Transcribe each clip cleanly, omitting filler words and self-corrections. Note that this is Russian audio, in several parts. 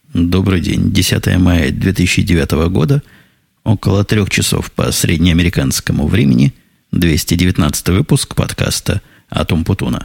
Добрый день. 10 мая 2009 года, около 3 часов по среднеамериканскому времени, 219 выпуск подкаста «Атом Путуна».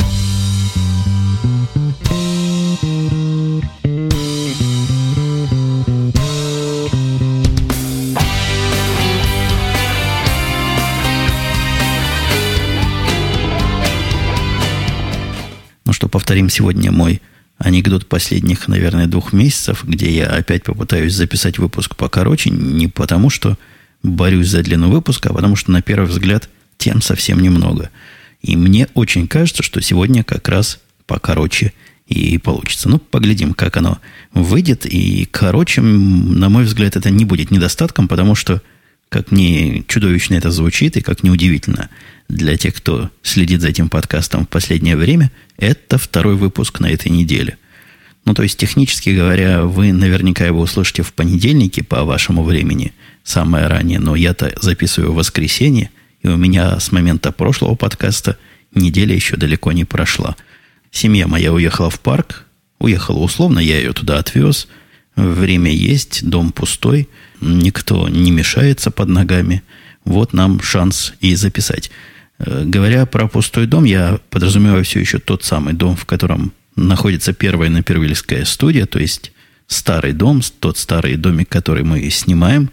Ну что, повторим сегодня мой анекдот последних, наверное, 2 месяцев, где я опять попытаюсь записать выпуск покороче, не потому что борюсь за длину выпуска, а потому что, на первый взгляд, тем совсем немного. И мне очень кажется, что сегодня как раз покороче и получится. Ну, поглядим, как оно выйдет. И короче, на мой взгляд, это не будет недостатком, потому что, как мне чудовищно это звучит, и как неудивительно для тех, кто следит за этим подкастом в последнее время, это 2-й выпуск на этой неделе. Ну, то есть, технически говоря, вы наверняка его услышите в понедельнике по вашему времени, самое раннее, но я-то записываю в воскресенье, и у меня с момента прошлого подкаста неделя еще далеко не прошла. Семья моя уехала в парк, уехала условно, я ее туда отвез, время есть, дом пустой, никто не мешается под ногами, вот нам шанс и записать. Говоря про пустой дом, я подразумеваю все еще тот самый дом, в котором находится первая напервильская студия, то есть старый дом, тот старый домик, который мы снимаем.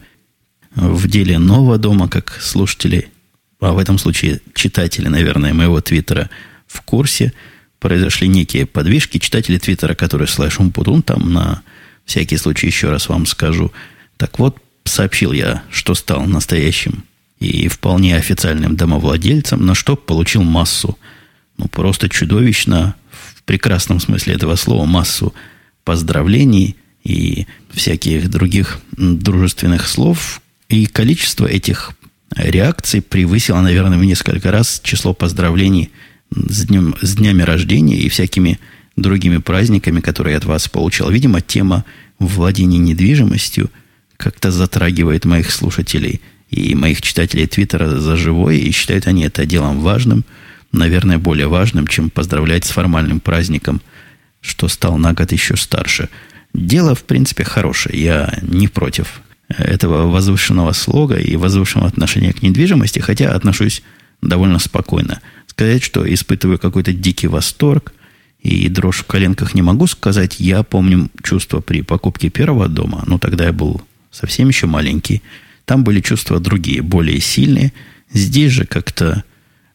В деле нового дома, как слушатели, а в этом случае читатели, наверное, моего твиттера в курсе, произошли некие подвижки. Читатели твиттера, которые /Умпутун, там на всякий случай еще раз вам скажу. Так вот, сообщил я, что стал настоящим и вполне официальным домовладельцем, на что получил массу, ну, просто чудовищно, в прекрасном смысле этого слова, массу поздравлений и всяких других дружественных слов. И количество этих реакций превысило, наверное, в несколько раз число поздравлений с днями рождения и всякими другими праздниками, которые я от вас получал. Видимо, тема владения недвижимостью как-то затрагивает моих слушателей и моих читателей Твиттера за живое, и считают они это делом важным, наверное, более важным, чем поздравлять с формальным праздником, что стал на год еще старше. Дело, в принципе, хорошее. Я не против этого возвышенного слога и возвышенного отношения к недвижимости, хотя отношусь довольно спокойно. Сказать, что испытываю какой-то дикий восторг и дрожь в коленках, не могу сказать. Я помню чувство при покупке первого дома, но тогда я был совсем еще маленький. Там были чувства другие, более сильные. Здесь же как-то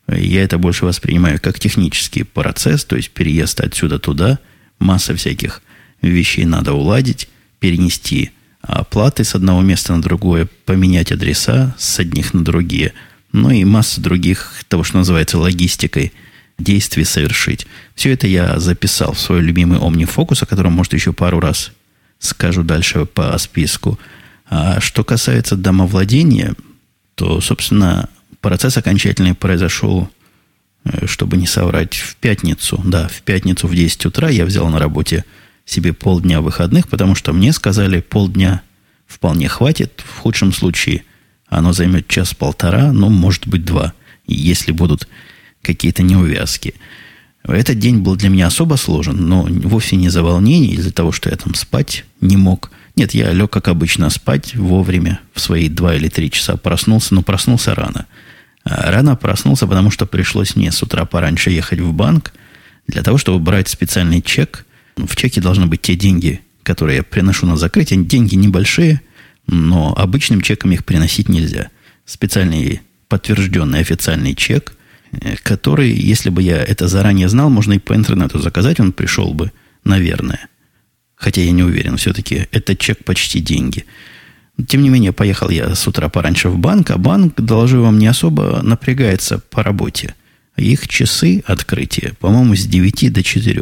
я это больше воспринимаю как технический процесс, то есть переезд отсюда туда, масса всяких вещей надо уладить, перенести оплаты с одного места на другое, поменять адреса с одних на другие, ну и масса других, того, что называется логистикой, действий совершить. Все это я записал в свой любимый OmniFocus, о котором, может, еще пару раз скажу дальше по списку. А что касается домовладения, то, собственно, процесс окончательный произошел, чтобы не соврать, в пятницу. Да, в пятницу в 10 утра я взял на работе себе полдня выходных, потому что мне сказали, полдня вполне хватит. В худшем случае оно займет час-полтора, ну, может быть, 2, если будут какие-то неувязки. Этот день был для меня особо сложен, но вовсе не из-за волнений, из-за того, что я там спать не мог. Нет, я лег, как обычно, спать вовремя, в свои 2 или 3 часа проснулся, но проснулся рано. Рано проснулся, потому что пришлось мне с утра пораньше ехать в банк для того, чтобы брать специальный чек. В чеке должны быть те деньги, которые я приношу на закрытие. Деньги небольшие, но обычным чеком их приносить нельзя. Специальный подтвержденный официальный чек, который, если бы я это заранее знал, можно и по интернету заказать, он пришел бы, наверное. Хотя я не уверен, все-таки этот чек почти деньги. Тем не менее, поехал я с утра пораньше в банк, а банк, доложу вам, не особо напрягается по работе. Их часы открытия, по-моему, с 9 до 4.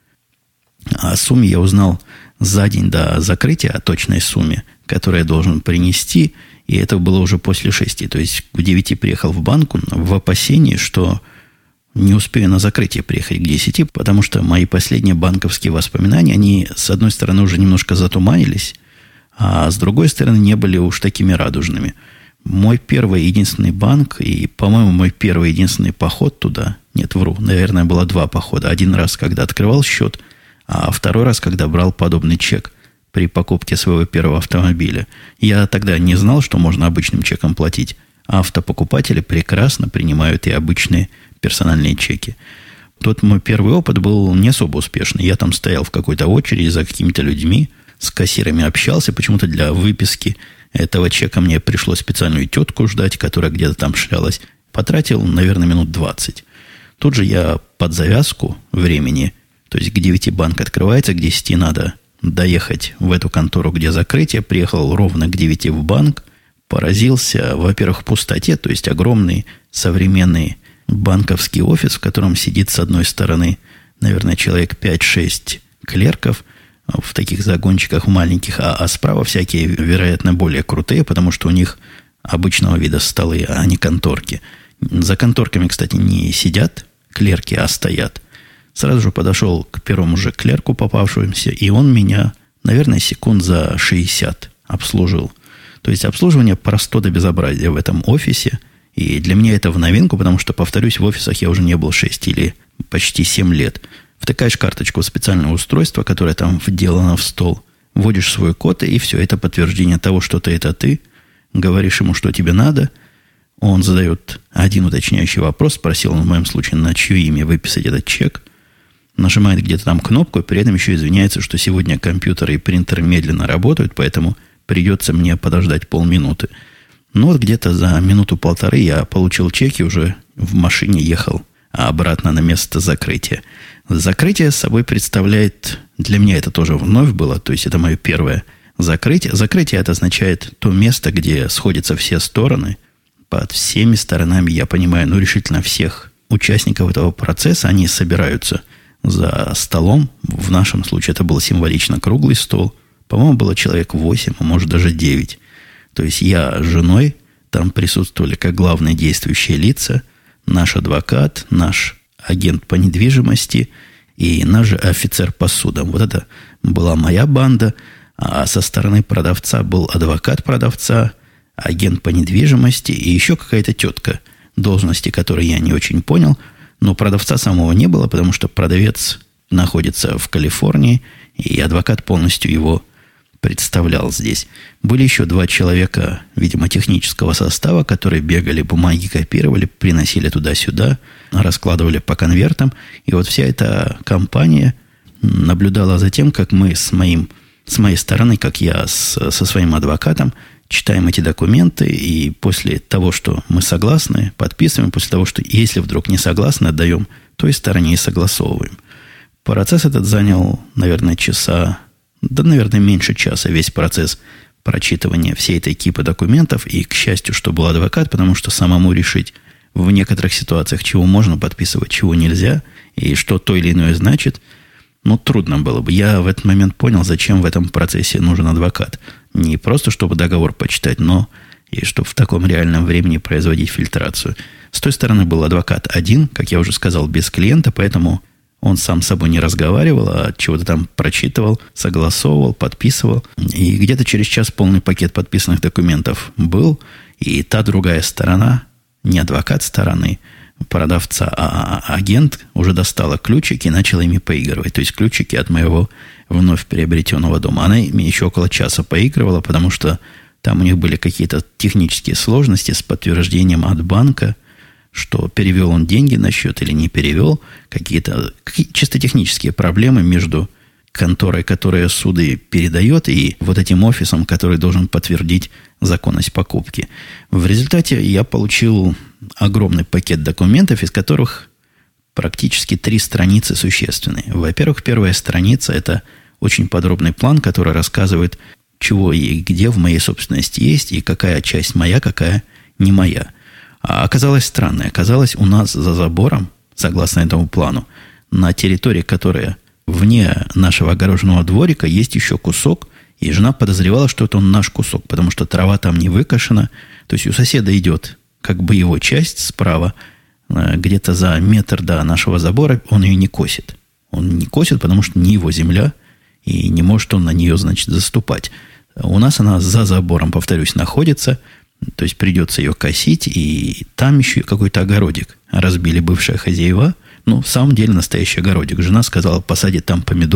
О сумме я узнал за день до закрытия, о точной сумме, которую я должен принести, и это было уже после 6. То есть к 9 приехал в банк в опасении, что не успею на закрытие приехать к 10, потому что мои последние банковские воспоминания, они, с одной стороны, уже немножко затуманились, а с другой стороны, не были уж такими радужными. Мой первый и единственный банк, и, по-моему, мой первый и единственный поход туда, нет, вру, наверное, было 2 похода. Один раз, когда открывал счет, а второй раз, когда брал подобный чек при покупке своего первого автомобиля. Я тогда не знал, что можно обычным чеком платить. А автопокупатели прекрасно принимают и обычные персональные чеки. Тот мой первый опыт был не особо успешный. Я там стоял в какой-то очереди за какими-то людьми, с кассирами общался. Почему-то для выписки этого чека мне пришлось специальную тетку ждать, которая где-то там шлялась. Потратил, наверное, минут 20. Тут же я под завязку времени, то есть к 9 банк открывается, к 10 надо доехать в эту контору, где закрытие. Приехал ровно к 9 в банк. Поразился, во-первых, в пустоте, то есть огромный современный банковский офис, в котором сидит с одной стороны, наверное, человек 5-6 клерков в таких загончиках маленьких, а справа всякие, вероятно, более крутые, потому что у них обычного вида столы, а не конторки. За конторками, кстати, не сидят клерки, а стоят. Сразу же подошел к первому же клерку попавшемуся, и он меня, наверное, секунд за 60 обслужил. То есть обслуживание просто до безобразия в этом офисе. И для меня это в новинку, потому что, повторюсь, в офисах я уже не был 6 или почти 7 лет. Втыкаешь карточку в специальное устройство, которое там вделано в стол, вводишь свой код, и все, это подтверждение того, что это ты. Говоришь ему, что тебе надо. Он задает один уточняющий вопрос, спросил он в моем случае, на чье имя выписать этот чек. Нажимает где-то там кнопку, и при этом еще извиняется, что сегодня компьютеры и принтеры медленно работают, поэтому придется мне подождать полминуты. Но вот где-то за минуту-полторы я получил чек и уже в машине ехал обратно на место закрытия. Закрытие собой представляет... Для меня это тоже вновь было, то есть это мое первое закрытие. Закрытие это означает то место, где сходятся все стороны. Под всеми сторонами, я понимаю, решительно всех участников этого процесса, они собираются за столом. В нашем случае это был символично круглый стол. По-моему, было человек 8, а может даже 9. То есть я с женой, там присутствовали как главные действующие лица, наш адвокат, наш агент по недвижимости и наш же офицер по судам. Вот это была моя банда, а со стороны продавца был адвокат продавца, агент по недвижимости и еще какая-то тетка, должности которой я не очень понял, но продавца самого не было, потому что продавец находится в Калифорнии, и адвокат полностью его представлял здесь. Были еще 2 человека, видимо, технического состава, которые бегали, бумаги копировали, приносили туда-сюда, раскладывали по конвертам. И вот вся эта компания наблюдала за тем, как мы с моей стороны, как я со своим адвокатом, читаем эти документы, и после того, что мы согласны, подписываем, после того, что если вдруг не согласны, отдаем той стороне и согласовываем. Процесс этот занял, наверное, наверное, меньше часа весь процесс прочитывания всей этой кипы документов. И, к счастью, что был адвокат, потому что самому решить в некоторых ситуациях, чего можно подписывать, чего нельзя, и что то или иное значит, трудно было бы. Я в этот момент понял, зачем в этом процессе нужен адвокат. Не просто, чтобы договор почитать, но и чтобы в таком реальном времени производить фильтрацию. С той стороны был адвокат один, как я уже сказал, без клиента, поэтому он сам с собой не разговаривал, а чего-то там прочитывал, согласовывал, подписывал. И где-то через час полный пакет подписанных документов был, и та другая сторона, не адвокат стороны продавца, а агент уже достала ключики и начала ими поигрывать. То есть ключики от моего вновь приобретенного дома. Она ими еще около часа поигрывала, потому что там у них были какие-то технические сложности с подтверждением от банка, что перевел он деньги на счет или не перевел. Какие-то чисто технические проблемы между конторой, которая суды передает, и вот этим офисом, который должен подтвердить законность покупки. В результате я получил огромный пакет документов, из которых практически 3 страницы существенные. Во-первых, первая страница – это очень подробный план, который рассказывает, чего и где в моей собственности есть, и какая часть моя, какая не моя. А оказалось странное. Оказалось, у нас за забором, согласно этому плану, на территории, которая вне нашего огороженного дворика, есть еще кусок, и жена подозревала, что это наш кусок, потому что трава там не выкошена. То есть у соседа идет как бы его часть справа, где-то за метр до нашего забора, он ее не косит. Он не косит, потому что не его земля, и не может он на нее, значит, заступать. У нас она за забором, повторюсь, находится. То есть придется ее косить, и там еще какой-то огородик разбили бывшие хозяева. В самом деле настоящий огородик. Жена сказала, посадит там помидоры,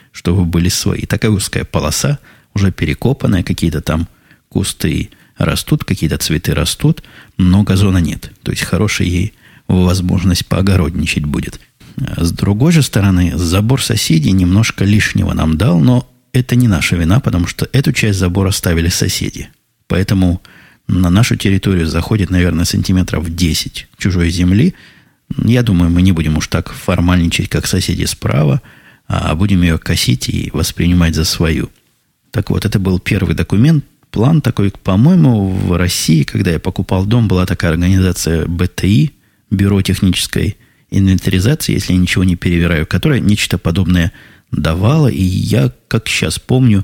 чтобы были свои. Такая узкая полоса, уже перекопанная, какие-то там кусты растут, какие-то цветы растут, но газона нет. То есть хорошая ей возможность поогородничать будет. С другой же стороны, забор соседей немножко лишнего нам дал, но это не наша вина, потому что эту часть забора ставили соседи. Поэтому на нашу территорию заходит, наверное, сантиметров 10 чужой земли. Я думаю, мы не будем уж так формальничать, как соседи справа, а будем ее косить и воспринимать за свою. Так вот, это был первый документ. План такой, по-моему, в России, когда я покупал дом, была такая организация БТИ, Бюро технической инвентаризации, если я ничего не перевираю, которая нечто подобное давала. И я, как сейчас помню,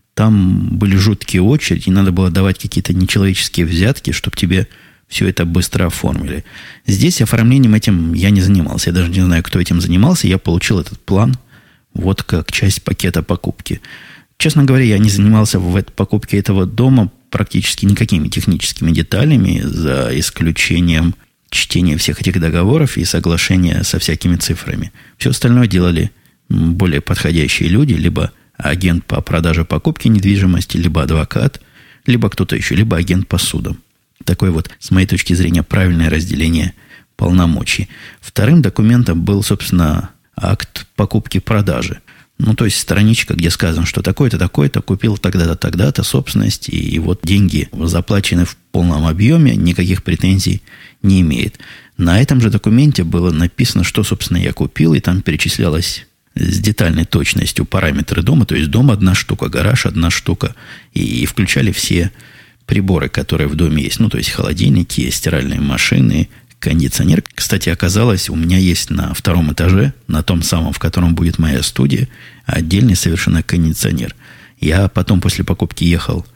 там были жуткие очереди, и надо было давать какие-то нечеловеческие взятки, чтобы тебе все это быстро оформили. Здесь оформлением этим я не занимался. Я даже не знаю, кто этим занимался. Я получил этот план вот как часть пакета покупки. Честно говоря, я не занимался в покупке этого дома практически никакими техническими деталями, за исключением чтения всех этих договоров и соглашения со всякими цифрами. Все остальное делали более подходящие люди, либо агент по продаже покупки недвижимости, либо адвокат, либо кто-то еще, либо агент по судам. Такое вот, с моей точки зрения, правильное разделение полномочий. Вторым документом был, собственно, акт покупки-продажи. Ну, то есть страничка, где сказано, что такое-то, такое-то, купил тогда-то, тогда-то собственность, и вот деньги заплачены в полном объеме, никаких претензий не имеет. На этом же документе было написано, что, собственно, я купил, и там перечислялось с детальной точностью параметры дома, то есть дом одна штука, гараж одна штука, и включали все приборы, которые в доме есть. Ну, то есть холодильники, стиральные машины, кондиционер. Кстати, оказалось, у меня есть на втором этаже, на том самом, в котором будет моя студия, отдельный совершенно кондиционер. Я потом после покупки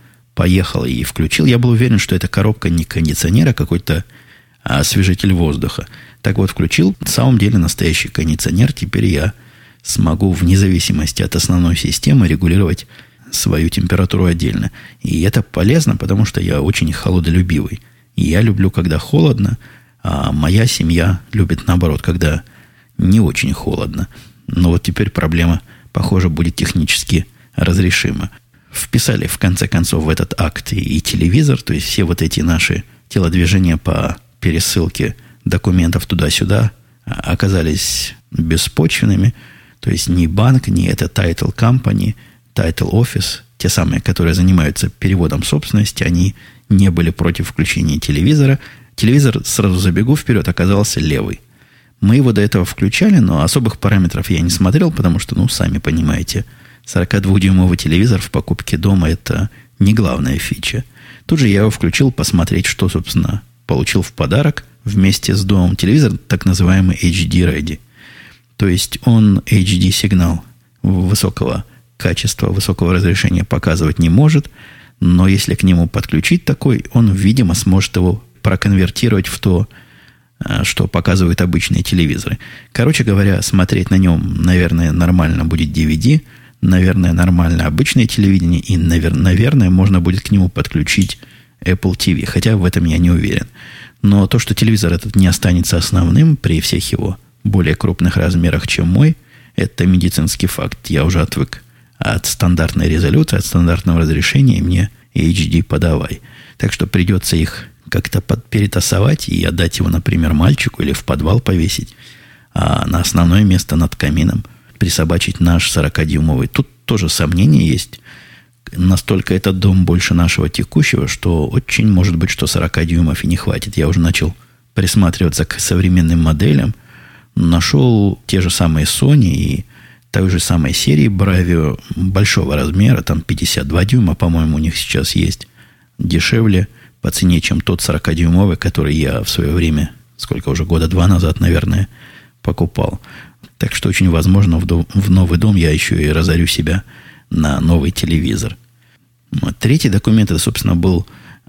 поехал и включил. Я был уверен, что это коробка не кондиционера, а какой-то освежитель воздуха. Так вот, включил. На самом деле настоящий кондиционер. Теперь я смогу вне зависимости от основной системы регулировать свою температуру отдельно. И это полезно, потому что я очень холодолюбивый. И я люблю, когда холодно, а моя семья любит, наоборот, когда не очень холодно. Но вот теперь проблема, похоже, будет технически разрешима. Вписали, в конце концов, в этот акт и телевизор, то есть все вот эти наши телодвижения по пересылке документов туда-сюда оказались беспочвенными. То есть ни банк, ни это Title Company, Title Office, те самые, которые занимаются переводом собственности, они не были против включения телевизора. Телевизор, сразу забегу вперед, оказался левый. Мы его до этого включали, но особых параметров я не смотрел, потому что, ну, сами понимаете, 42-дюймовый телевизор в покупке дома – это не главная фича. Тут же я его включил посмотреть, что, собственно, получил в подарок вместе с домом. Телевизор так называемый HD-Ready. То есть он HD-сигнал высокого качества, высокого разрешения показывать не может, но если к нему подключить такой, он, видимо, сможет его проконвертировать в то, что показывают обычные телевизоры. Короче говоря, смотреть на нем, наверное, нормально будет DVD, наверное, нормально обычное телевидение, и, наверное, можно будет к нему подключить Apple TV, хотя в этом я не уверен. Но то, что телевизор этот не останется основным при всех его более крупных размерах, чем мой, это медицинский факт. Я уже отвык от стандартной резолюции, от стандартного разрешения, и мне HD подавай. Так что придется их как-то перетасовать и отдать его, например, мальчику или в подвал повесить, а на основное место над камином присобачить наш 40-дюймовый. Тут тоже сомнения есть. Настолько этот дом больше нашего текущего, что очень может быть, что 40 дюймов и не хватит. Я уже начал присматриваться к современным моделям. Нашел те же самые Sony и той же самой серии Bravio большого размера, там 52 дюйма, по-моему, у них сейчас есть, дешевле по цене, чем тот 40-дюймовый, который я в свое время, сколько уже, года 2 назад, наверное, покупал. Так что очень возможно, в новый дом я еще и разорю себя на новый телевизор. Третий документ, это, собственно, был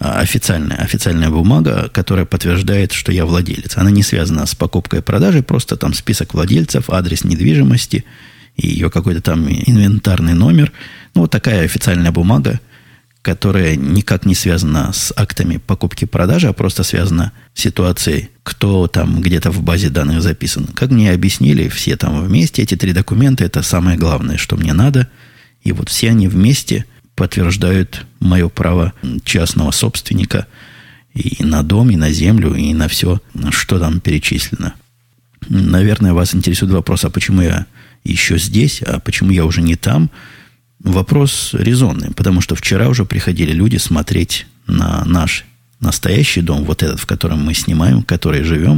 официальная бумага, которая подтверждает, что я владелец. Она не связана с покупкой и продажей, просто там список владельцев, адрес недвижимости и ее какой-то там инвентарный номер. Ну, вот такая официальная бумага, которая никак не связана с актами покупки-продажи, а просто связана с ситуацией, кто там где-то в базе данных записан. Как мне объяснили, все там вместе, эти 3 документа, это самое главное, что мне надо. И вот все они вместе подтверждают мое право частного собственника и на дом, и на землю, и на все, что там перечислено. Наверное, вас интересует вопрос, а почему я еще здесь, а почему я уже не там? Вопрос резонный, потому что вчера уже приходили люди смотреть на наш настоящий дом, вот этот, в котором мы снимаем, в котором живем.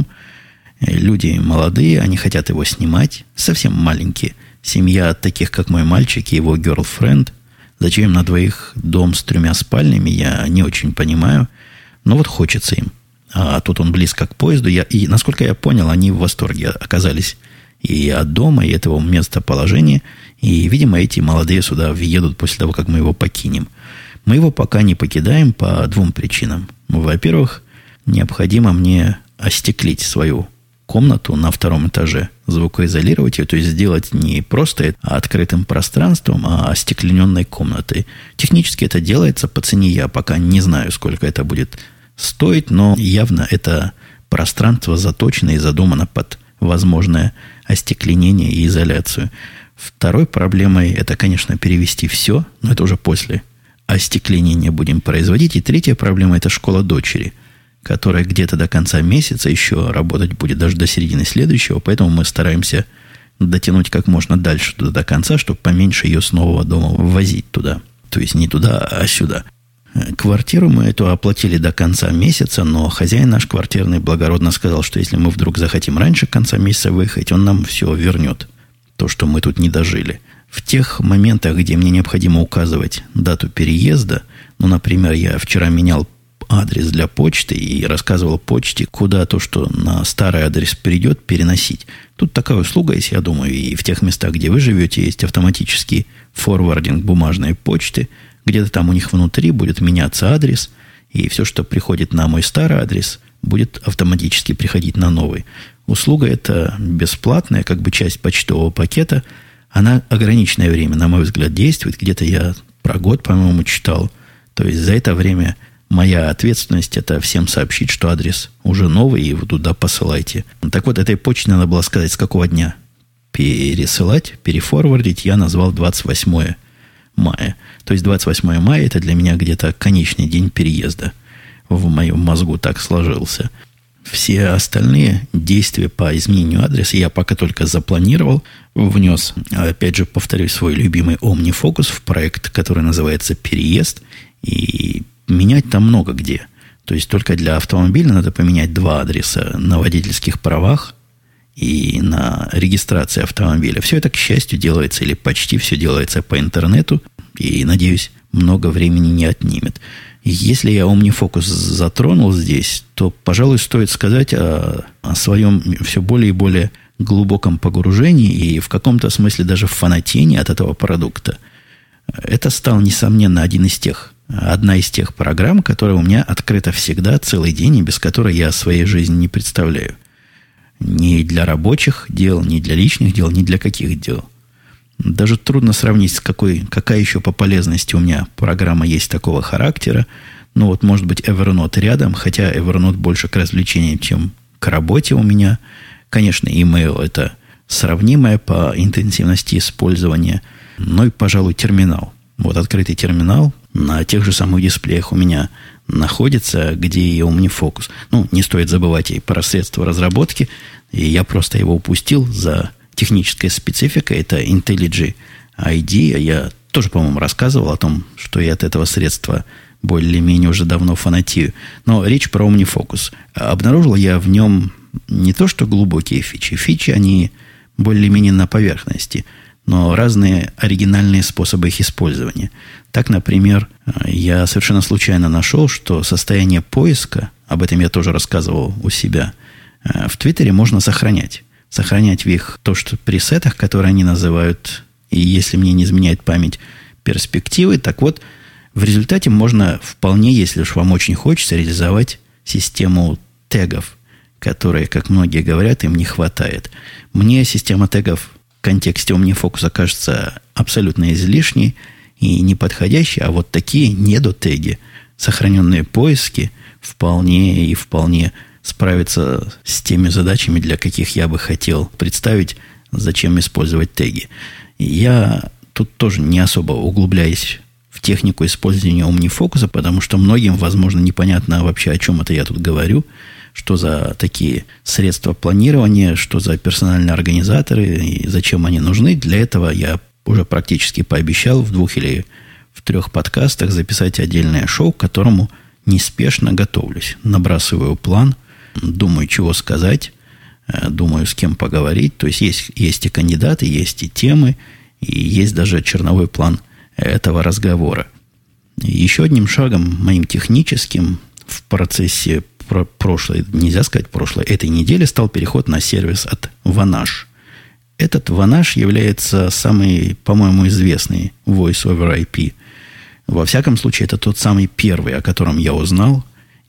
Люди молодые, они хотят его снимать, совсем маленькие. Семья таких, как мой мальчик и его girlfriend. Зачем им на двоих дом с 3 спальнями, я не очень понимаю. Но вот хочется им. А тут он близко к поезду. И, насколько я понял, они в восторге оказались и от дома, и этого местоположения. И, видимо, эти молодые сюда въедут после того, как мы его покинем. Мы его пока не покидаем по 2 причинам. Во-первых, необходимо мне остеклить свою комнату на 2 этаже, звукоизолировать ее, то есть сделать не просто открытым пространством, а остеклененной комнатой. Технически это делается по цене, я пока не знаю, сколько это будет стоить, но явно это пространство заточено и задумано под возможное остекленение и изоляцию. Второй проблемой это, конечно, перевести все, но это уже после остекленения будем производить. И третья проблема это школа дочери, которая где-то до конца месяца еще работать будет, даже до середины следующего, поэтому мы стараемся дотянуть как можно дальше туда до конца, чтобы поменьше ее с нового дома возить туда. То есть не туда, а сюда. Квартиру мы эту оплатили до конца месяца, но хозяин наш квартирный благородно сказал, что если мы вдруг захотим раньше конца месяца выехать, он нам все вернет. То, что мы тут не дожили. В тех моментах, где мне необходимо указывать дату переезда, ну, например, я вчера менял адрес для почты и рассказывал почте, куда то, что на старый адрес придет, переносить. Тут такая услуга есть, я думаю, и в тех местах, где вы живете, есть автоматический форвардинг бумажной почты. Где-то там у них внутри будет меняться адрес, и все, что приходит на мой старый адрес, будет автоматически приходить на новый. Услуга эта бесплатная, как бы часть почтового пакета. Она ограниченное время, на мой взгляд, действует. Где-то я про год, по-моему, читал. То есть за это время моя ответственность – это всем сообщить, что адрес уже новый, и вы туда посылайте. Так вот, этой почте надо было сказать, с какого дня пересылать, перефорвардить. Я назвал 28 мая. То есть 28 мая – это для меня где-то конечный день переезда. В моем мозгу так сложился. Все остальные действия по изменению адреса я пока только запланировал, внес, опять же, повторюсь, свой любимый OmniFocus в проект, который называется «Переезд», и менять там много где. То есть только для автомобиля надо поменять 2 адреса на водительских правах и на регистрации автомобиля. Все это, к счастью, делается, или почти все делается по интернету, и, надеюсь, много времени не отнимет. Если я OmniFocus затронул здесь, то, пожалуй, стоит сказать о своем все более и более глубоком погружении и в каком-то смысле даже фанатении от этого продукта. Это стал, несомненно, одна из тех программ, которая у меня открыта всегда, целый день, и без которой я своей жизни не представляю. Ни для рабочих дел, ни для личных дел, ни для каких дел. Даже трудно сравнить, какая еще по полезности у меня программа есть такого характера. Ну вот, может быть, Evernote рядом, хотя Evernote больше к развлечениям, чем к работе у меня. Конечно, email – это сравнимое по интенсивности использования. Ну и, пожалуй, терминал. Вот открытый терминал на тех же самых дисплеях у меня находится, где и OmniFocus. Ну, не стоит забывать и про средства разработки. И я просто его упустил за техническая специфика. Это IntelliJ ID. Я тоже, по-моему, рассказывал о том, что я от этого средства более-менее уже давно фанатею. Но речь про OmniFocus. Обнаружил я в нем не то, что глубокие фичи. Фичи, они более-менее на поверхности, но разные оригинальные способы их использования. Так, например, я совершенно случайно нашел, что состояние поиска, об этом я тоже рассказывал у себя, в Твиттере можно сохранять. Сохранять в их то, что пресетах, которые они называют, и если мне не изменяет память, перспективы. Так вот, в результате можно вполне, если уж вам очень хочется, реализовать систему тегов, которые, как многие говорят, им не хватает. Мне система тегов в контексте OmniFocus кажется абсолютно излишней. и неподходящие, а вот такие недотеги, сохраненные поиски, вполне справятся с теми задачами, для каких я бы хотел представить, зачем использовать теги. Я тут тоже не особо углубляюсь в технику использования OmniFocus, потому что многим, возможно, непонятно вообще, о чем это я тут говорю, что за такие средства планирования, что за персональные организаторы и зачем они нужны. Для этого я уже практически пообещал в 2 или в 3 подкастах записать отдельное шоу, к которому неспешно готовлюсь. Набрасываю план, думаю, чего сказать, думаю, с кем поговорить. То есть есть и кандидаты, есть и темы, и есть даже черновой план этого разговора. И еще одним шагом моим техническим в процессе прошлой, нельзя сказать прошлой, этой недели стал переход на сервис от Vonage. Этот Vonage является самый, по-моему, известный Voice over IP. Во всяком случае, это тот самый первый, о котором я узнал.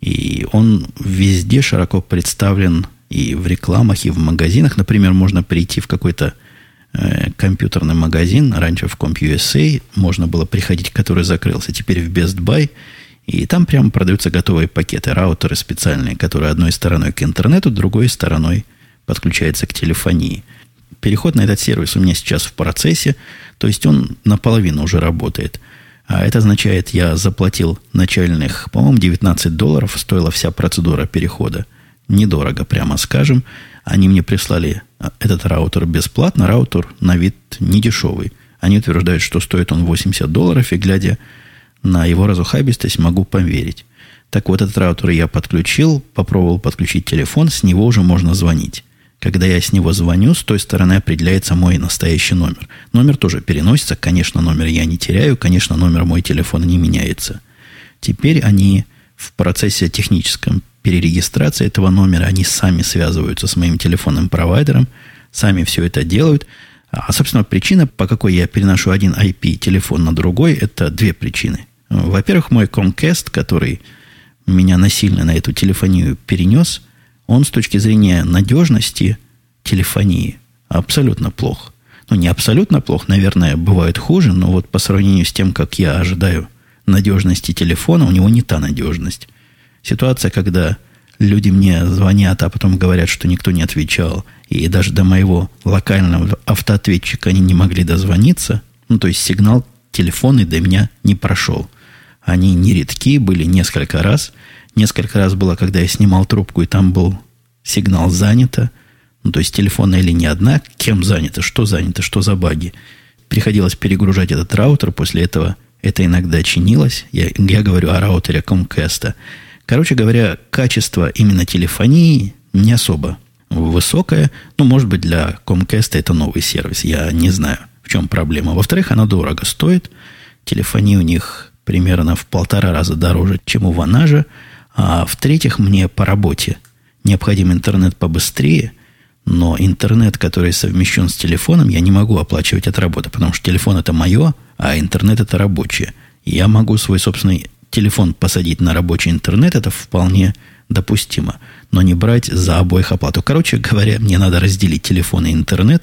И он везде широко представлен и в рекламах, и в магазинах. Например, можно прийти в какой-то компьютерный магазин. Раньше в CompUSA можно было приходить, который закрылся. Теперь в Best Buy. И там прямо продаются готовые пакеты, раутеры специальные, которые одной стороной к интернету, другой стороной подключаются к телефонии. Переход на этот сервис у меня сейчас в процессе. То есть он наполовину уже работает. А это означает, я заплатил начальных, по-моему, $19 стоила вся процедура перехода. Недорого, прямо скажем. Они мне прислали этот раутер бесплатно. Раутер на вид недешевый. Они утверждают, что стоит он $80, и глядя на его разухабистость, могу поверить. Так вот, этот раутер я подключил, попробовал подключить телефон, с него уже можно звонить. Когда я с него звоню, с той стороны определяется мой настоящий номер. Номер тоже переносится. Конечно, номер я не теряю. Конечно, номер мой телефона не меняется. Теперь они в процессе техническом перерегистрации этого номера, они сами связываются с моим телефонным провайдером, сами все это делают. А, собственно, причина, по какой я переношу один IP-телефон на другой, это 2 причины. Во-первых, мой Comcast, который меня насильно на эту телефонию перенес, он с точки зрения надежности телефонии абсолютно плох. Ну, не абсолютно плох, наверное, бывает хуже, но вот по сравнению с тем, как я ожидаю надежности телефона, у него не та надежность. Ситуация, когда люди мне звонят, а потом говорят, что никто не отвечал, и даже до моего локального автоответчика они не могли дозвониться, ну, то есть сигнал телефонный до меня не прошел. Они нередки, были несколько раз. Несколько раз было, когда я снимал трубку, и там был сигнал «занято». Ну, то есть телефонная линия одна, кем занято, что за баги. Приходилось перегружать этот раутер, после этого это иногда чинилось. Я говорю о раутере Comcast. Короче говоря, качество именно телефонии не особо высокое. Ну, может быть, для Comcast это новый сервис. Я не знаю, в чем проблема. Во-вторых, она дорого стоит. Телефония у них примерно в 1,5 раза дороже, чем у Vonage. А в-третьих, мне по работе необходим интернет побыстрее, но интернет, который совмещен с телефоном, я не могу оплачивать от работы, потому что телефон это мое, а интернет это рабочее. Я могу свой собственный телефон посадить на рабочий интернет, это вполне допустимо, но не брать за обоих оплату. Короче говоря, мне надо разделить телефон и интернет,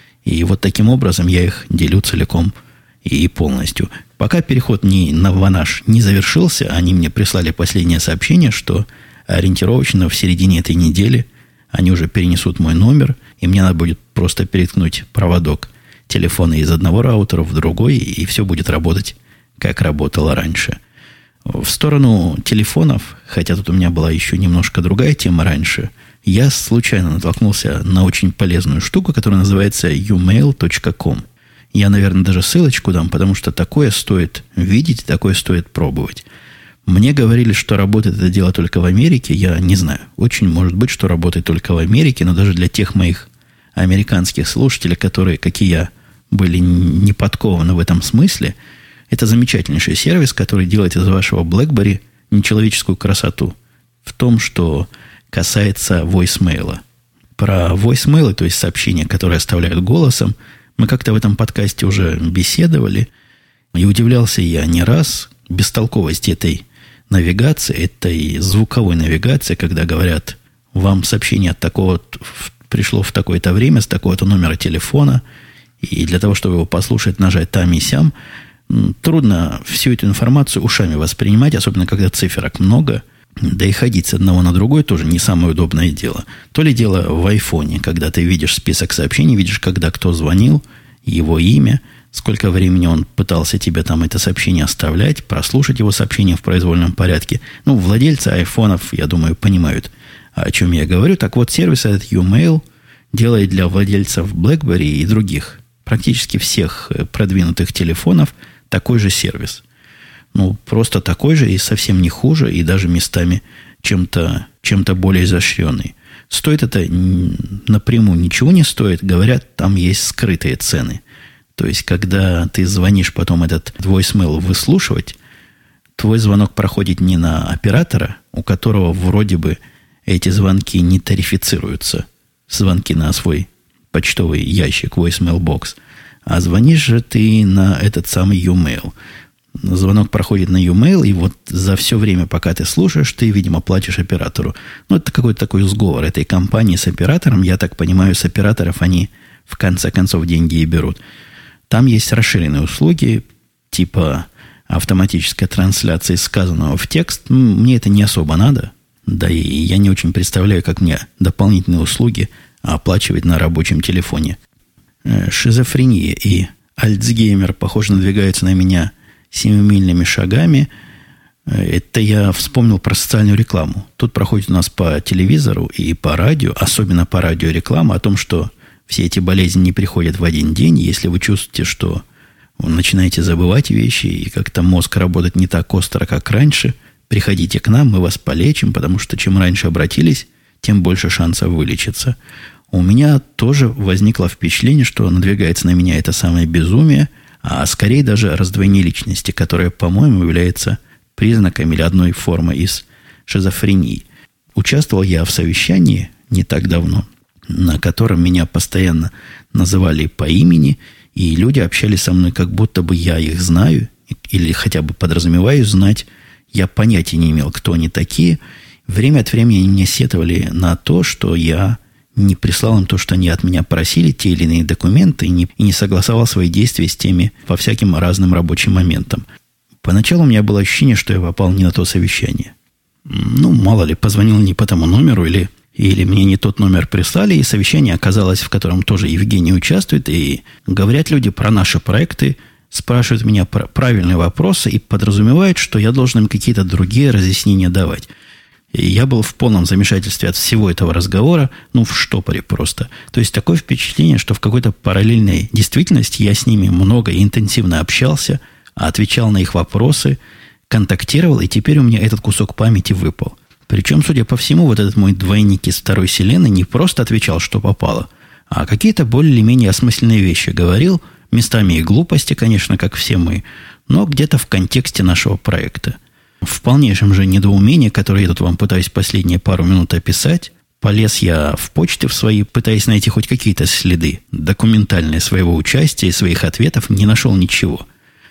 и вот таким образом я их делю целиком и полностью. Пока переход на Vonage не завершился, они мне прислали последнее сообщение, что ориентировочно в середине этой недели они уже перенесут мой номер, и мне надо будет просто переткнуть проводок телефона из одного раутера в другой, и все будет работать, как работало раньше. В сторону телефонов, хотя тут у меня была еще немножко другая тема раньше, я случайно натолкнулся на очень полезную штуку, которая называется umail.com. Я, наверное, даже ссылочку дам, потому что такое стоит видеть, такое стоит пробовать. Мне говорили, что работает это дело только в Америке. Я не знаю. Очень может быть, что работает только в Америке, но даже для тех моих американских слушателей, которые, как и я, были не подкованы в этом смысле, это замечательнейший сервис, который делает из вашего BlackBerry нечеловеческую красоту в том, что касается voicemail. Про voicemail, то есть сообщения, которые оставляют голосом, мы как-то в этом подкасте уже беседовали, и удивлялся я не раз бестолковости этой навигации, этой звуковой навигации, когда говорят, вам сообщение от такого пришло в такое-то время с такого-то номера телефона, и для того, чтобы его послушать, нажать там и сям. Трудно всю эту информацию ушами воспринимать, особенно когда циферок много. Да и ходить с одного на другой тоже не самое удобное дело. То ли дело в айфоне, когда ты видишь список сообщений, видишь, когда кто звонил, его имя, сколько времени он пытался тебе там это сообщение оставлять, прослушать его сообщение в произвольном порядке. Владельцы айфонов, я думаю, понимают, о чем я говорю. Так вот, сервис этот YouMail делает для владельцев BlackBerry и других, практически всех продвинутых телефонов, такой же сервис. Просто такой же и совсем не хуже, и даже местами чем-то более изощренный. Стоит это напрямую ничего не стоит. Говорят, там есть скрытые цены. То есть, когда ты звонишь потом этот voicemail выслушивать, твой звонок проходит не на оператора, у которого вроде бы эти звонки не тарифицируются. Звонки на свой почтовый ящик, voicemail box. А звонишь же ты на этот самый YouMail. Звонок проходит на YouMail, и вот за все время, пока ты слушаешь, ты, видимо, платишь оператору. Это какой-то такой сговор этой компании с оператором. Я так понимаю, с операторов они в конце концов деньги и берут. Там есть расширенные услуги, типа автоматической трансляции сказанного в текст. Мне это не особо надо. Да и я не очень представляю, как мне дополнительные услуги оплачивать на рабочем телефоне. Шизофрения и Альцгеймер, похоже, надвигаются на меня семимильными шагами. Это я вспомнил про социальную рекламу. Тут проходит у нас по телевизору и по радио, особенно по радио, реклама о том, что все эти болезни не приходят в один день. Если вы чувствуете, что вы начинаете забывать вещи, и как-то мозг работает не так остро, как раньше, приходите к нам, мы вас полечим, потому что чем раньше обратились, тем больше шансов вылечиться. У меня тоже возникло впечатление, что надвигается на меня это самое безумие, а скорее даже раздвоение личности, которое, по-моему, является признаком или одной формой из шизофрении. Участвовал я в совещании не так давно, на котором меня постоянно называли по имени, и люди общались со мной, как будто бы я их знаю, или хотя бы подразумеваю знать. Я понятия не имел, кто они такие. Время от времени они мне сетовали на то, что я не прислал им то, что они от меня просили, те или иные документы, и не согласовал свои действия с теми по всяким разным рабочим моментам. Поначалу у меня было ощущение, что я попал не на то совещание. Мало ли, позвонил не по тому номеру, или мне не тот номер прислали, и совещание оказалось, в котором тоже Евгений участвует, и говорят люди про наши проекты, спрашивают меня про правильные вопросы и подразумевают, что я должен им какие-то другие разъяснения давать. И я был в полном замешательстве от всего этого разговора, в штопоре просто. То есть, такое впечатление, что в какой-то параллельной действительности я с ними много и интенсивно общался, отвечал на их вопросы, контактировал, и теперь у меня этот кусок памяти выпал. Причем, судя по всему, вот этот мой двойник из второй вселенной не просто отвечал, что попало, а какие-то более-менее осмысленные вещи говорил, местами и глупости, конечно, как все мы, но где-то в контексте нашего проекта. В полнейшем же недоумении, которое я тут вам пытаюсь последние пару минут описать, полез я в почты в свои, пытаясь найти хоть какие-то следы документальные своего участия и своих ответов, не нашел ничего.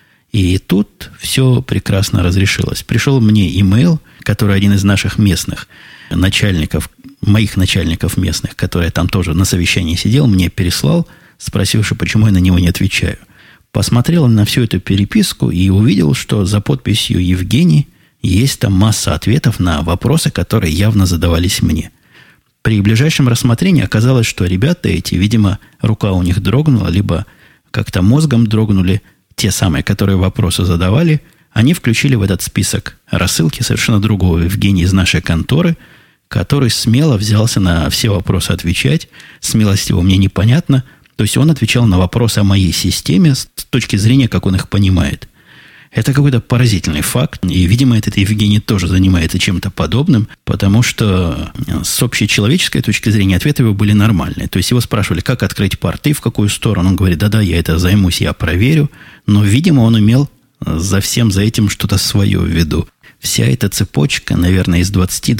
И тут все прекрасно разрешилось. Пришел мне имейл, который один из наших местных начальников, моих начальников местных, который там тоже на совещании сидел, мне переслал, спросивши, почему я на него не отвечаю. Посмотрел на всю эту переписку и увидел, что за подписью Евгений есть там масса ответов на вопросы, которые явно задавались мне. При ближайшем рассмотрении оказалось, что ребята эти, видимо, рука у них дрогнула, либо как-то мозгом дрогнули, те самые, которые вопросы задавали, они включили в этот список рассылки совершенно другого Евгения из нашей конторы, который смело взялся на все вопросы отвечать. Смелость его мне непонятна. То есть он отвечал на вопросы о моей системе с точки зрения, как он их понимает. Это какой-то поразительный факт. И, видимо, этот Евгений тоже занимается чем-то подобным, потому что с общечеловеческой точки зрения ответы его были нормальные. То есть его спрашивали, как открыть порты, в какую сторону. Он говорит, да-да, я это займусь, я проверю. Но, видимо, он имел за этим что-то свое в виду. Вся эта цепочка, наверное, из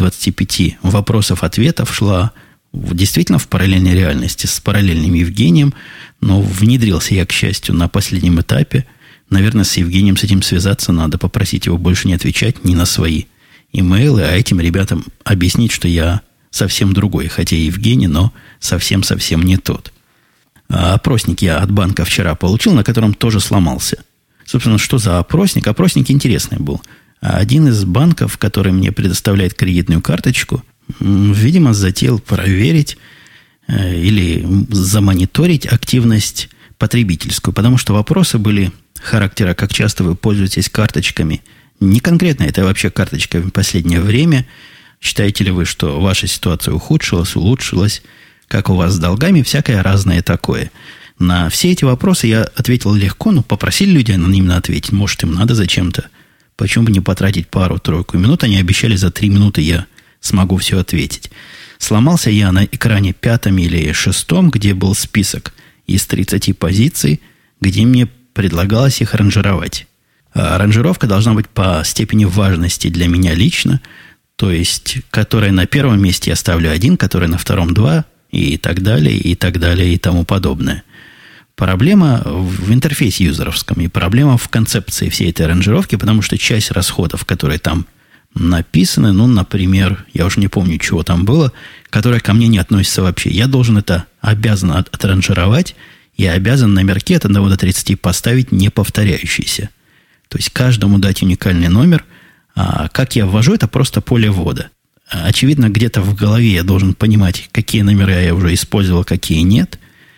20-25 вопросов-ответов шла действительно в параллельной реальности с параллельным Евгением, но внедрился я, к счастью, на последнем этапе. Наверное, с Евгением с этим связаться надо, попросить его больше не отвечать ни на свои имейлы, а этим ребятам объяснить, что я совсем другой, хотя и Евгений, но совсем-совсем не тот. А опросник я от банка вчера получил, на котором тоже сломался. Собственно, что за опросник? Опросник интересный был. Один из банков, который мне предоставляет кредитную карточку, видимо, затеял проверить или замониторить активность потребительскую, потому что вопросы были характера, как часто вы пользуетесь карточками. Не конкретно, это вообще карточками в последнее время. Считаете ли вы, что ваша ситуация ухудшилась, улучшилась, как у вас с долгами, всякое разное такое. На все эти вопросы я ответил легко, но попросили люди анонимно ответить. Может, им надо зачем-то. Почему бы не потратить пару-тройку минут? Они обещали, за 3 минуты я смогу все ответить. Сломался я на экране 5 или 6, где был список из 30 позиций, где мне предлагалось их ранжировать. А ранжировка должна быть по степени важности для меня лично, то есть, которая на первом месте я ставлю 1, которая на втором 2, и так далее, и так далее, и тому подобное. Проблема в интерфейсе юзеровском, и проблема в концепции всей этой ранжировки, потому что часть расходов, которые там написаны, ну, например, я уже не помню, чего там было, которое ко мне не относится вообще. Я должен это, обязан отранжировать, и обязан на мерке от 1 до 30 поставить неповторяющийся. То есть, каждому дать уникальный номер. А как я ввожу, это просто поле ввода. Очевидно, где-то в голове я должен понимать, какие номера я уже использовал, какие нет.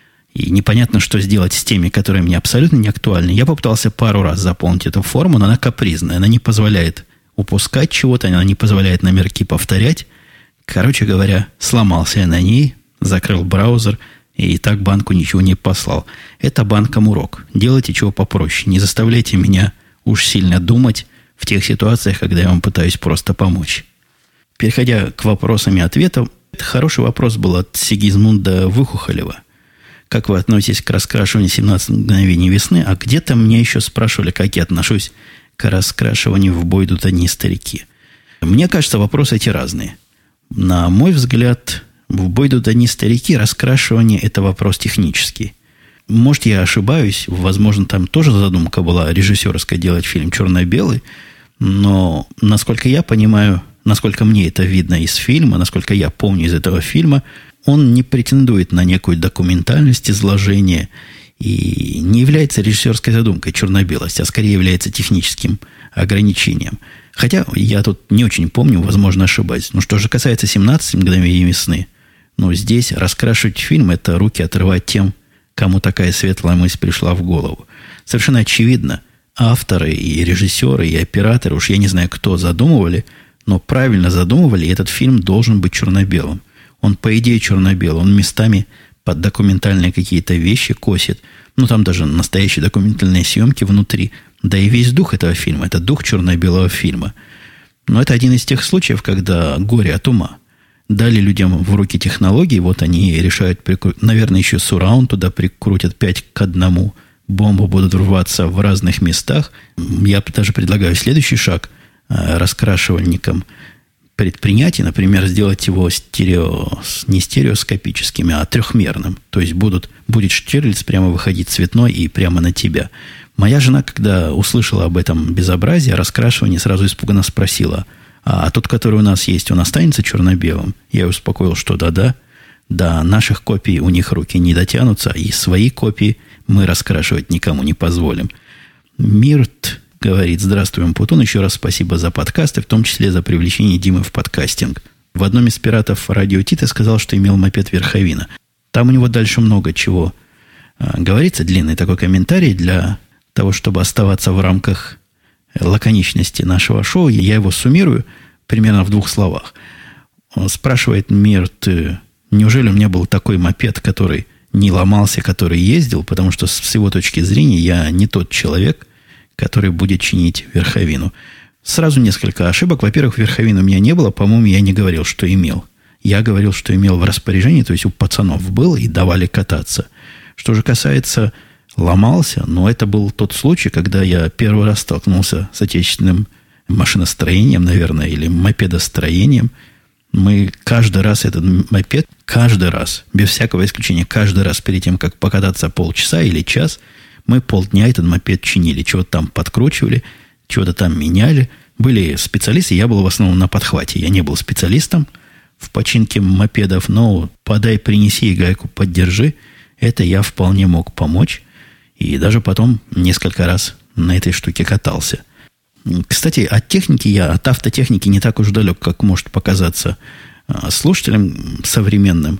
И непонятно, что сделать с теми, которые мне абсолютно не актуальны. Я попытался пару раз заполнить эту форму, но она капризная. Она не позволяет упускать чего-то, она не позволяет номерки повторять. Короче говоря, сломался я на ней, закрыл браузер, и так банку ничего не послал. Это банкам урок. Делайте чего попроще. Не заставляйте меня уж сильно думать в тех ситуациях, когда я вам пытаюсь просто помочь. Переходя к вопросам и ответам, это хороший вопрос был от Сигизмунда Выхухолева. Как вы относитесь к раскрашиванию 17 мгновений весны? А где-то мне еще спрашивали, как я отношусь к раскрашиванию «В бой идут одни старики». Мне кажется, вопросы эти разные. На мой взгляд, «В бой идут одни старики» раскрашивание – это вопрос технический. Может, я ошибаюсь, возможно, там тоже задумка была режиссерская делать фильм черно-белый, но, насколько я понимаю, насколько мне это видно из фильма, насколько я помню из этого фильма, он не претендует на некую документальность изложения и не является режиссерской задумкой черно-белость, а скорее является техническим ограничением. Хотя я тут не очень помню, возможно, ошибаюсь. Но что же касается 17 мгновений весны, здесь раскрашивать фильм – это руки отрывать тем, кому такая светлая мысль пришла в голову. Совершенно очевидно, авторы и режиссеры, и операторы, уж я не знаю, кто задумывали, но правильно задумывали, и этот фильм должен быть черно-белым. Он, по идее, черно-белый. Он местами под документальные какие-то вещи косит. Там даже настоящие документальные съемки внутри. Да и весь дух этого фильма – это дух черно-белого фильма. Но это один из тех случаев, когда горе от ума. Дали людям в руки технологии, вот они решают, наверное, еще сурраунд туда прикрутят 5:1. Бомбы будут рваться в разных местах. Я даже предлагаю следующий шаг раскрашивальникам предпринять, например, сделать его не стереоскопическим, а трехмерным. То есть будет Штирлиц прямо выходить цветной и прямо на тебя. Моя жена, когда услышала об этом безобразии, раскрашивании, сразу испуганно спросила: а тот, который у нас есть, он останется черно-белым? Я ее успокоил, что да. До наших копий у них руки не дотянутся, и свои копии мы раскрашивать никому не позволим. Мирт говорит: здравствуй, Путун, еще раз спасибо за подкасты, в том числе за привлечение Димы в подкастинг. В одном из пиратов радио Тита сказал, что имел мопед Верховина. Там у него дальше много чего говорится, длинный такой комментарий для того, чтобы оставаться в рамках лаконичности нашего шоу. Я его суммирую примерно в 2 словах. Он спрашивает Мирт: неужели у меня был такой мопед, который не ломался, который ездил, потому что с его точки зрения я не тот человек, который будет чинить верховину. Сразу несколько ошибок. Во-первых, верховины у меня не было. По-моему, я не говорил, что имел. Я говорил, что имел в распоряжении, то есть у пацанов было и давали кататься. Что же касается ломался, это был тот случай, когда я первый раз столкнулся с отечественным машиностроением, наверное, или мопедостроением. Мы каждый раз этот мопед, без всякого исключения, каждый раз перед тем, как покататься полчаса или час, мы полдня этот мопед чинили, чего-то там подкручивали, чего-то там меняли. Были специалисты, я был в основном на подхвате. Я не был специалистом в починке мопедов, но подай, принеси и гайку поддержи, это я вполне мог помочь. И даже потом несколько раз на этой штуке катался. Кстати, от автотехники не так уж далек, как может показаться слушателям современным.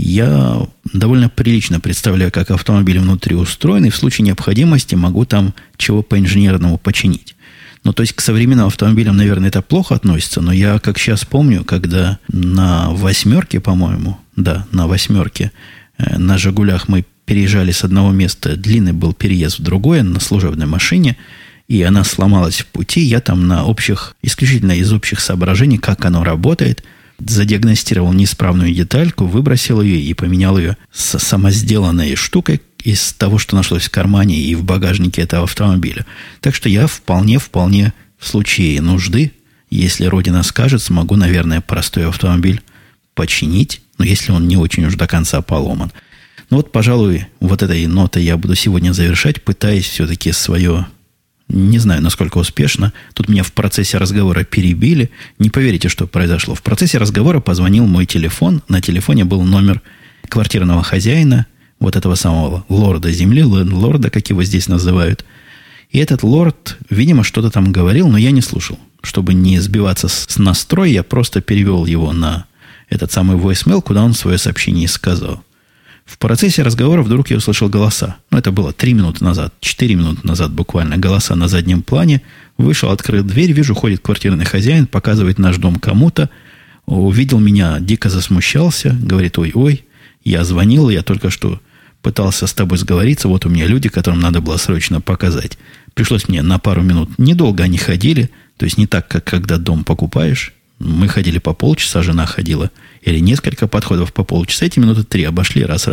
Я довольно прилично представляю, как автомобиль внутри устроен, и в случае необходимости могу там чего по-инженерному починить. Ну, то есть к современным автомобилям, наверное, это плохо относится, но я, как сейчас помню, когда на «восьмерке», по-моему, да, на «восьмерке», на «Жигулях» мы переезжали с одного места, длинный был переезд в другое на служебной машине, и она сломалась в пути, я там исключительно из общих соображений, как оно работает, задиагностировал неисправную детальку, выбросил ее и поменял ее с самосделанной штукой из того, что нашлось в кармане и в багажнике этого автомобиля. Так что я вполне в случае нужды, если Родина скажет, смогу, наверное, простой автомобиль починить, но если он не очень уж до конца поломан. Ну вот, пожалуй, вот этой нотой я буду сегодня завершать, пытаясь все-таки свое... Не знаю, насколько успешно. Тут меня в процессе разговора перебили. Не поверите, что произошло. В процессе разговора позвонил мой телефон. На телефоне был номер квартирного хозяина, вот этого самого лорда земли, лорда, как его здесь называют. И этот лорд, видимо, что-то там говорил, но я не слушал. Чтобы не сбиваться с настроя, я просто перевел его на этот самый voicemail, куда он свое сообщение сказал. В процессе разговора вдруг я услышал голоса. Это было 3 минуты назад, 4 минуты назад буквально. Голоса на заднем плане. Вышел, открыл дверь, вижу, ходит квартирный хозяин, показывает наш дом кому-то. Увидел меня, дико засмущался. Говорит, ой, я звонил, я только что пытался с тобой сговориться. Вот у меня люди, которым надо было срочно показать. Пришлось мне на пару минут. Недолго они ходили. То есть не так, как когда дом покупаешь. Мы ходили по полчаса, жена ходила. Или несколько подходов по полчаса. Эти минуты 3 обошли раз.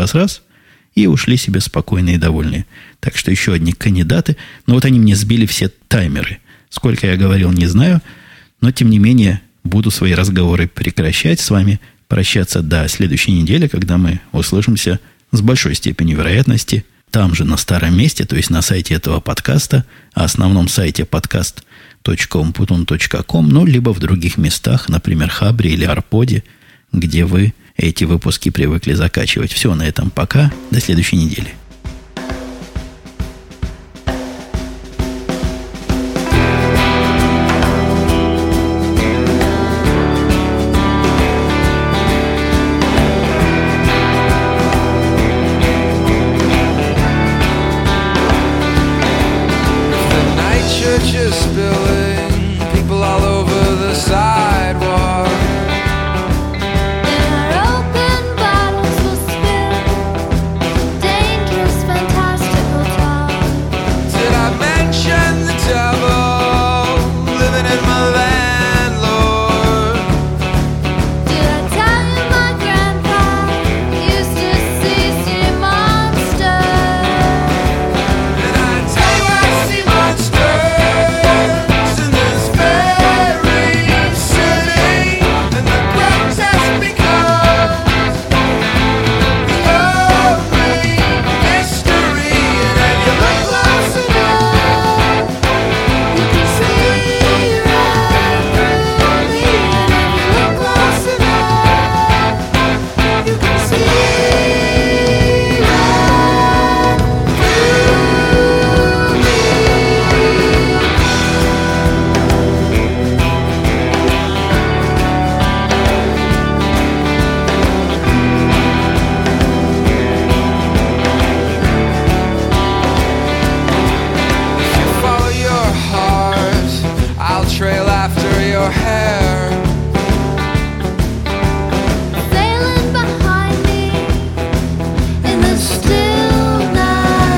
И ушли себе спокойные и довольные. Так что еще одни кандидаты. Но вот они мне сбили все таймеры. Сколько я говорил, не знаю. Но, тем не менее, буду свои разговоры прекращать с вами. Прощаться до следующей недели, когда мы услышимся с большой степенью вероятности там же, на старом месте, то есть на сайте этого подкаста, основном сайте podcast.umputun.com, либо в других местах, например, Хабре или Арподе, где вы эти выпуски привыкли закачивать. Все, на этом пока. До следующей недели.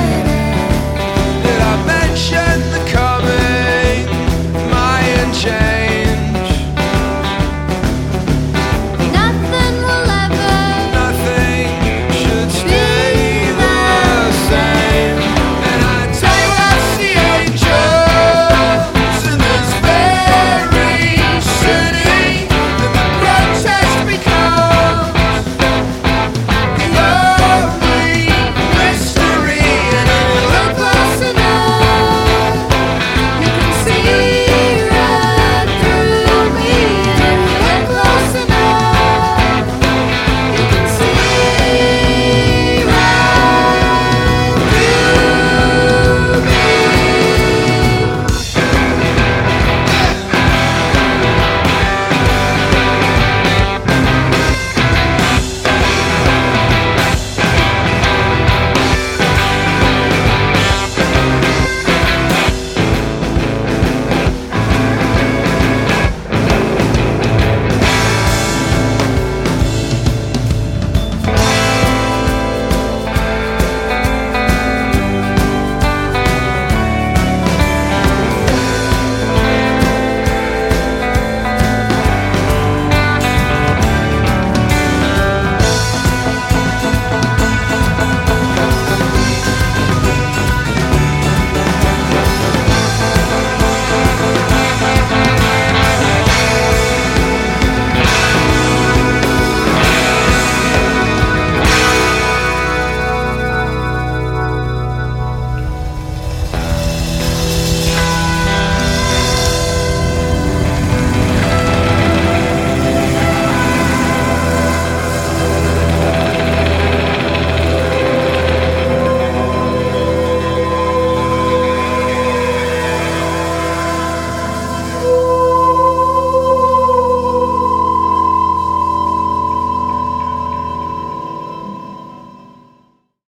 Change.